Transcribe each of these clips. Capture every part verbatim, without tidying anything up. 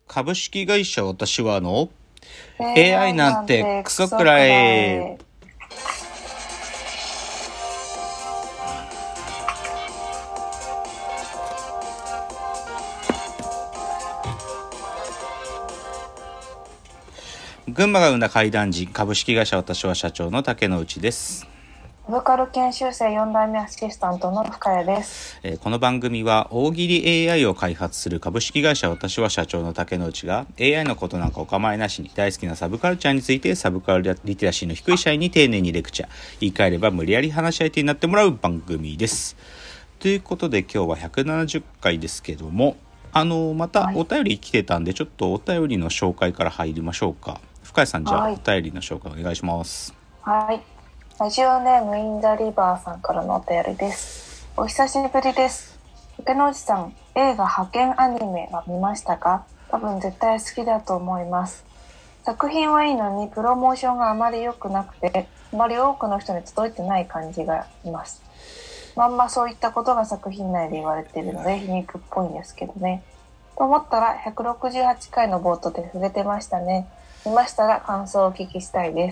株式会社私はの エーアイ なんてクソくらい。群馬が生んだ怪談人、株式会社私は社長の竹之内です。 サブカル研修生よん代目アシスタントの深谷です。 えー、この番組は大喜利 エーアイ を開発する株式会社私は社長の竹之内が エーアイ のことなんかお構いなしに大好きなサブカルチャーについてサブカルリテラシーの低い社員に丁寧にレクチャー、言い換えれば無理やり話し相手になってもらう番組です。ということで今日はひゃくななじゅっかいですけども、あのー、またお便り来てたんで、はい、ちょっとお便りの紹介から入りましょうか。深谷さん、じゃあ、はい、お便りの紹介お願いします。 はい、ラジオネームインザリバーさんからのお便りです。お久しぶりです。竹之内さん、映画派遣アニメは見ましたか？多分絶対好きだと思います。作品はいいのにプロモーションがあまり良くなくて、あまり多くの人に届いてない感じがします。まんまそういったことが作品内で言われているので皮肉っぽいんですけどね。と思ったらひゃくろくじゅうはちかいの冒頭で触れてましたね。見ましたら感想をお聞きしたいです。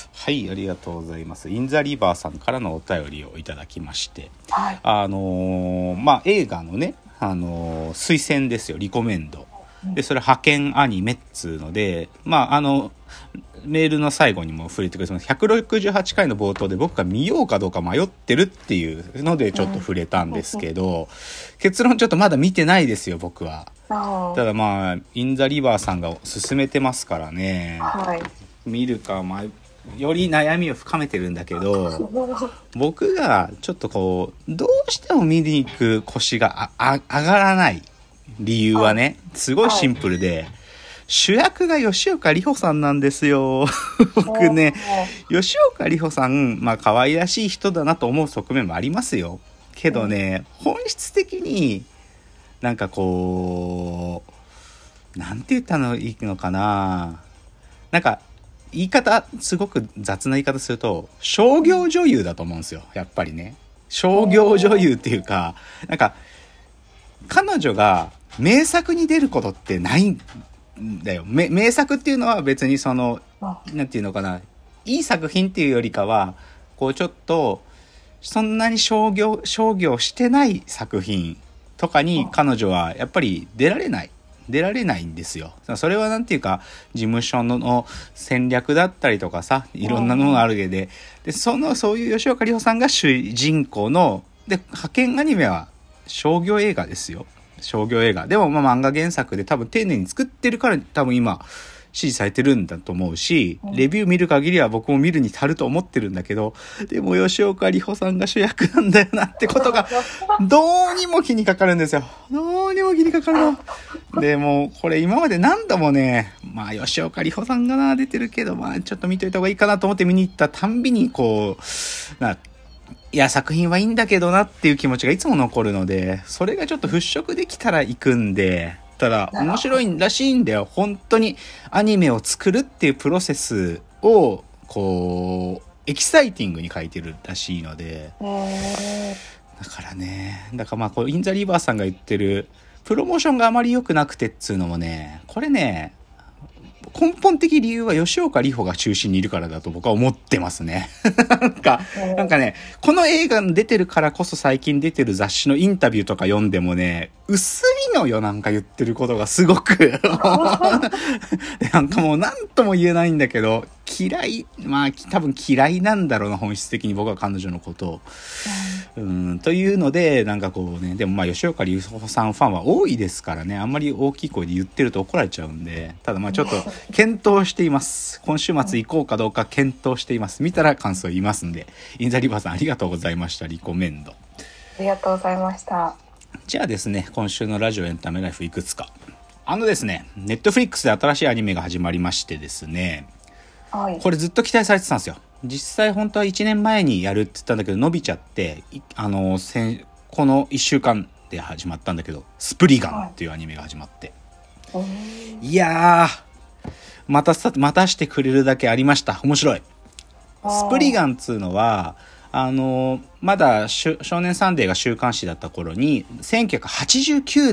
はい、ありがとうございます。インザリバーさんからのお便りをいただきまして、 はい、 あのー、まあ映画のね、あのー、推薦ですよ、リコメンドで、それ派遣アニメっつうので、まああのメールの最後にも触れてくれてます。ひゃくろくじゅうはちかいの冒頭で僕が見ようかどうか迷ってるっていうのでちょっと触れたんですけど、結論ちょっとまだ見てないですよ僕は。ただまあインザリバーさんが勧めてますからね、 はい、 見るか、まあより悩みを深めてるんだけど、僕がちょっとこうどうしても見に行く腰がああ上がらない理由はね、すごいシンプルで、はい、主役が吉岡里帆さんなんですよ。僕ね、吉岡里帆さん、まあ可愛らしい人だなと思う側面もありますよ。けどね、うん、本質的になんかこう、なんて言ったのいいのかな。なんか言い方、すごく雑な言い方すると、商業女優だと思うんですよ。やっぱりね。商業女優っていうか、なんか彼女が名作に出ることってないんだよ。名作っていうのは別にその、なんていうのかな、いい作品っていうよりかは、こうちょっとそんなに商業商業してない作品とかに彼女はやっぱり出られない出られないんですよ。それはなんていうか事務所の戦略だったりとかさ、いろんなものがあるけで、でそのそういう吉岡里帆さんが主人公ので、派遣アニメは商業映画ですよ。商業映画でもまあ漫画原作で多分丁寧に作ってるから多分今支持されてるんだと思うし、レビュー見る限りは僕も見るに足ると思ってるんだけど、でも吉岡里帆さんが主役なんだよなってことがどうにも気にかかるんですよ。どうにも気にかかるので、もうこれ今まで何度もね、まあ吉岡里帆さんがな出てるけど、まあちょっと見といた方がいいかなと思って見に行ったたんびにこうないや作品はいいんだけどなっていう気持ちがいつも残るので、それがちょっと払拭できたら行くんで、ただ面白いらしいんだよ。本当にアニメを作るっていうプロセスをこうエキサイティングに書いてるらしいので、だからね、だからまあこうインザリバーさんが言ってるプロモーションがあまり良くなくてっつうのもね、これね根本的理由は吉岡里帆が中心にいるからだと僕は思ってますね。なんか、なんかね、この映画に出てるからこそ最近出てる雑誌のインタビューとか読んでもね、薄いのよ、なんか言ってることがすごく。なんかもう何とも言えないんだけど、嫌い、まあ多分嫌いなんだろうな、本質的に僕は彼女のことを。うん、というので、なんかこうね、でもまあ吉岡里帆さんファンは多いですからね、あんまり大きい声で言ってると怒られちゃうんで、ただまあちょっと検討しています。今週末行こうかどうか検討しています。見たら感想言いますんで、インザリバーさんありがとうございました。リコメンド。 ありがとうございました。 じゃあですね、今週のラジオエンタメライフいくつか。あのですね、ネットフリックスで新しいアニメが始まりましてですね、 はい、 これずっと期待されてたんですよ。実際本当はいちねんまえにやるって言ったんだけど伸びちゃって、あの先このいっしゅうかんで始まったんだけど、スプリガンっていうアニメが始まって、はい、いやーまたさまたしてくれるだけありました。面白い。スプリガンっつうのはあのまだ少年サンデーが週刊誌だった頃にせんきゅうひゃくはちじゅうきゅうね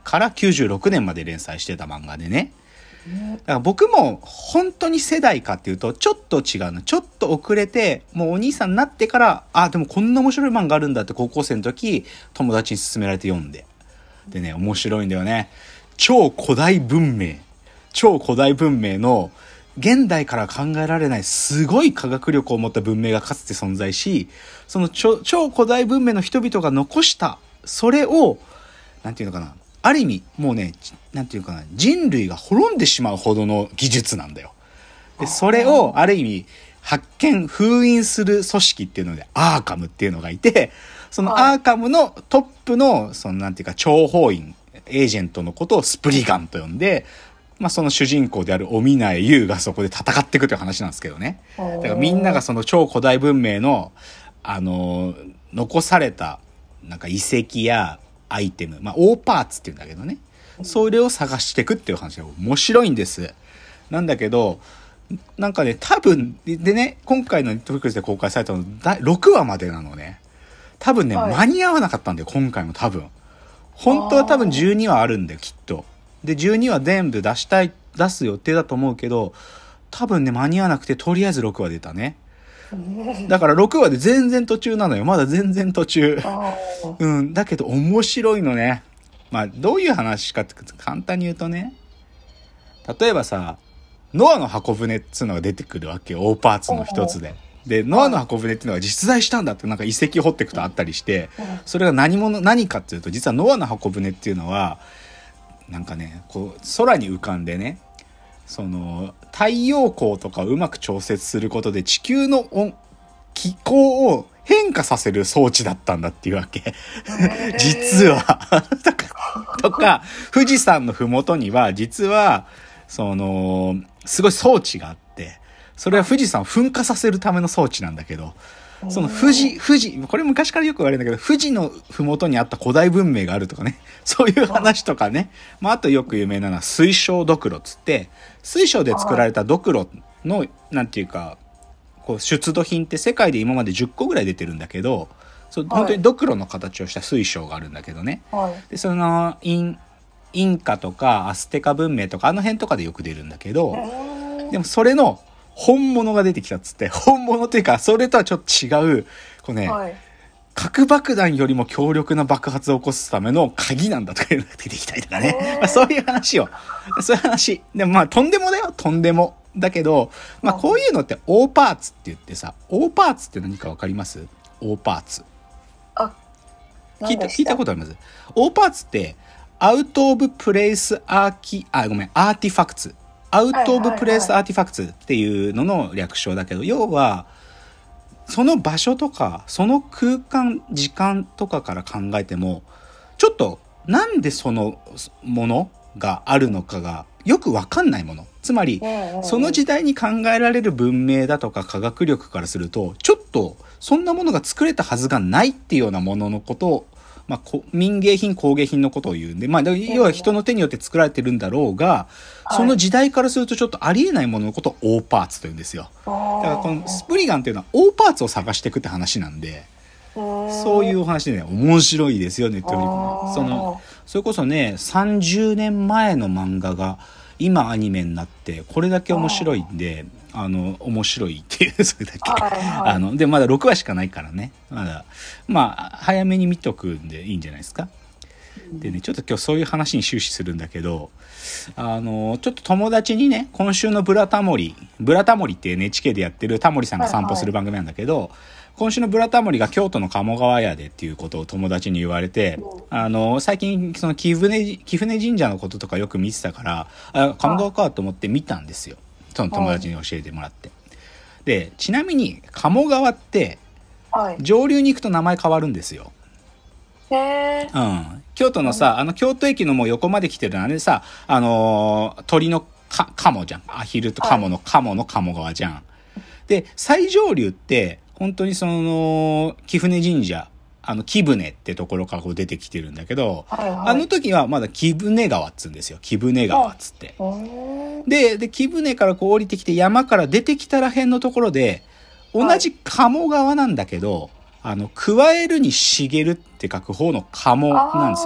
からきゅうじゅうろくねんまで連載してた漫画でね。だから僕も本当に世代かっていうとちょっと違うの。ちょっと遅れて、もうお兄さんになってから、あ、でもこんな面白い漫画あるんだって高校生の時、友達に勧められて読んで。でね、面白いんだよね。超古代文明。超古代文明の現代から考えられないすごい科学力を持った文明がかつて存在し、その超、超古代文明の人々が残した、それを、なんていうのかな。ある意味、もうね、なんていうかな、人類が滅んでしまうほどの技術なんだよ。で、それをある意味、発見、封印する組織っていうので、アーカムっていうのがいて、そのアーカムのトップの、そのなんていうか、諜報員、エージェントのことをスプリガンと呼んで、まあその主人公である尾苗優がそこで戦っていくという話なんですけどね。だからみんながその超古代文明の、あの、残された、なんか遺跡やアイテム、まあ大パーツっていうんだけどね。それを探していくっていう話が面白いんです。なんだけど、なんかね、多分、でね、今回のネットフリックスで公開されたのろくわまでなのね。多分ね、はい、間に合わなかったんだよ、今回も多分。本当は多分じゅうにわあるんだよ、きっと。で、じゅうにわ全部出したい、出す予定だと思うけど、多分ね、間に合わなくて、とりあえずろくわ出たね。だからろくわで全然途中なのよ。まだ全然途中。うん。だけど面白いのね。まあ、どういう話かって簡単に言うとね。例えばさ、ノアの箱舟っつうのが出てくるわけよ。大パーツの一つで。で、ノアの箱舟っていうのが実在したんだってなんか遺跡掘っていくとあったりして、それが何者、何かっていうと、実はノアの箱舟っていうのは、なんかね、こう、空に浮かんでね、その、太陽光とかをうまく調節することで地球の温気候を変化させる装置だったんだっていうわけ。実は。とか、富士山のふもとには、実は、その、すごい装置があって、それは富士山を噴火させるための装置なんだけど、その富士、富士、これ昔からよく言われるんだけど、富士のふもとにあった古代文明があるとかね、そういう話とかね、まああとよく有名なのは水晶ドクロつって、水晶で作られたドクロの、なんていうか、こう出土品って世界で今までじゅっこぐらい出てるんだけど、そう本当にドクロの形をした水晶があるんだけどね。で、そのイン、インカとかアステカ文明とかあの辺とかでよく出るんだけど、でもそれの本物が出てきたっつって、本物っていうか、それとはちょっと違う、こうね、はい、核爆弾よりも強力な爆発を起こすための鍵なんだとかいうのが出てきたりとかね。まあ、そういう話を。そういう話。でもまあ、とんでもだよ、とんでも。だけど、まあ、こういうのって、大パーツって言ってさ、大パーツって何かわかります？大パーツ。 あ、 聞いた、聞いたことあります？大パーツって、アウトオブプレイスアーキ、あ、ごめん、アーティファクツ。アウトオブプレイスアーティファクツっていうのの略称だけど、要は、その場所とか、その空間、時間とかから考えても、ちょっと、なんでそのものがあるのかがよくわかんないもの。つまり、その時代に考えられる文明だとか科学力からすると、ちょっと、そんなものが作れたはずがないっていうようなもののことを、まあ、民芸品、工芸品のことを言うんで、まあ、要は人の手によって作られてるんだろうが、その時代からするとちょっとありえないもののことを大パーツと言うんですよ。だからこのスプリガンっていうのは大パーツを探していくって話なんで、そういうお話でね、面白いですよね、というその、それこそね、さんじゅうねんまえの漫画が今アニメになって、これだけ面白いんで、あの、面白いっていう、それだけ。はいはい、あの、で、まだろくわしかないからね。まだ、まあ、早めに見とくんでいいんじゃないですか。でね、ちょっと今日そういう話に終始するんだけど、あの、ちょっと友達にね、今週のブラタモリ、ブラタモリって エヌエイチケー でやってるタモリさんが散歩する番組なんだけど、はいはい、今週のブラタモリが京都の鴨川屋でっていうことを友達に言われて、あの、最近その貴船、貴船神社のこととかよく見てたから、あ、鴨川かと思って見たんですよ。その友達に教えてもらって。で、ちなみに鴨川って、上流に行くと名前変わるんですよ。 へー。 うん。京都のさ、あの京都駅のもう横まで来てるのあれさ、あのー、鳥のか、鴨じゃん。アヒルと鴨の鴨の鴨川じゃん。で、最上流って、本当にその、貴船神社、あの、貴船ってところからこう出てきてるんだけど、はいはい、あの時はまだ貴船川っつうんですよ。貴船川っつって。で、で、貴船からこう降りてきて山から出てきたら辺のところで、同じ鴨川なんだけど、はい、あの、加えるに茂るって書く方の鴨なんですよ。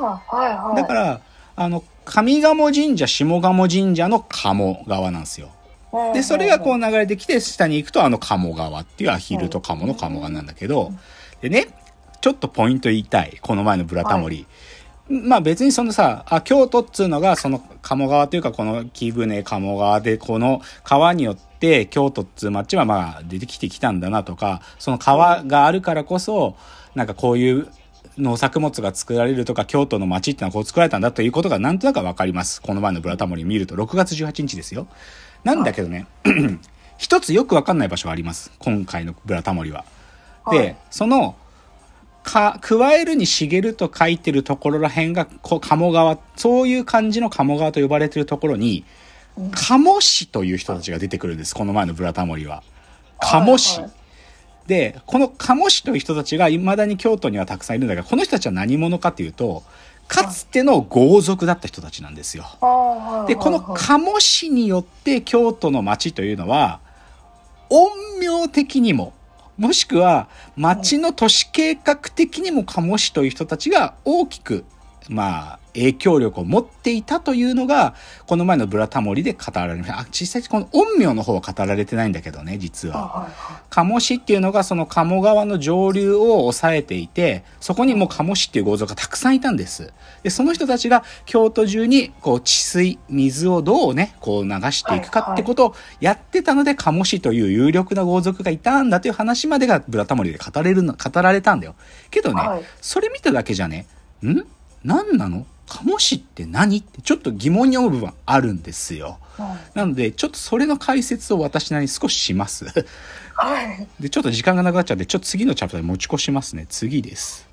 はいはい。 だからあの上賀茂神社下賀茂神社の鴨川なんですよ。でそれがこう流れてきて下に行くとあの鴨川っていうアヒルと鴨の鴨川なんだけど、でねちょっとポイント言いたい、この前のブラタモリ、はい、まあ別にそのさあ京都っつうのがその鴨川というかこの貴船鴨川でこの川によって京都っつう町はまあ出てきてきたんだなとか、その川があるからこそなんかこういう農作物が作られるとか京都の町ってのはこう作られたんだということがなんとなくわかります。この前のブラタモリ見るとろくがつじゅうはちにちですよ。なんだけどね一つよくわかんない場所があります、今回のブラタモリは。で、はい、そのか加えるに茂ると書いてるところらへんがこう鴨川、そういう感じの鴨川と呼ばれてるところに鴨氏という人たちが出てくるんです、この前のブラタモリは。鴨氏、はいはい、でこの鴨氏という人たちが未だに京都にはたくさんいるんだが、この人たちは何者かというとかつての豪族だった人たちなんですよ。でこの鴨氏によって京都の町というのは陰陽的にももしくは町の都市計画的にも鴨氏という人たちが大きくまあ影響力を持っていたというのがこの前のブラタモリで語られました。あ、実際この陰陽の方は語られてないんだけどね、実は鴨氏っていうのがその鴨川の上流を抑えていて、そこにもう鴨氏っていう豪族がたくさんいたんです。でその人たちが京都中にこう治水、水をどうねこう流していくかってことをやってたので、鴨氏という有力な豪族がいたんだという話までがブラタモリで語れるの語られたんだよ。けどね、はい、それ見ただけじゃね、ん何なの鴨氏って何ってちょっと疑問に思う部分はあるんですよ、はい、なのでちょっとそれの解説を私なりに少しします、はい、でちょっと時間がなくなっちゃうんでちょっと次のチャプターに持ち越しますね。次です。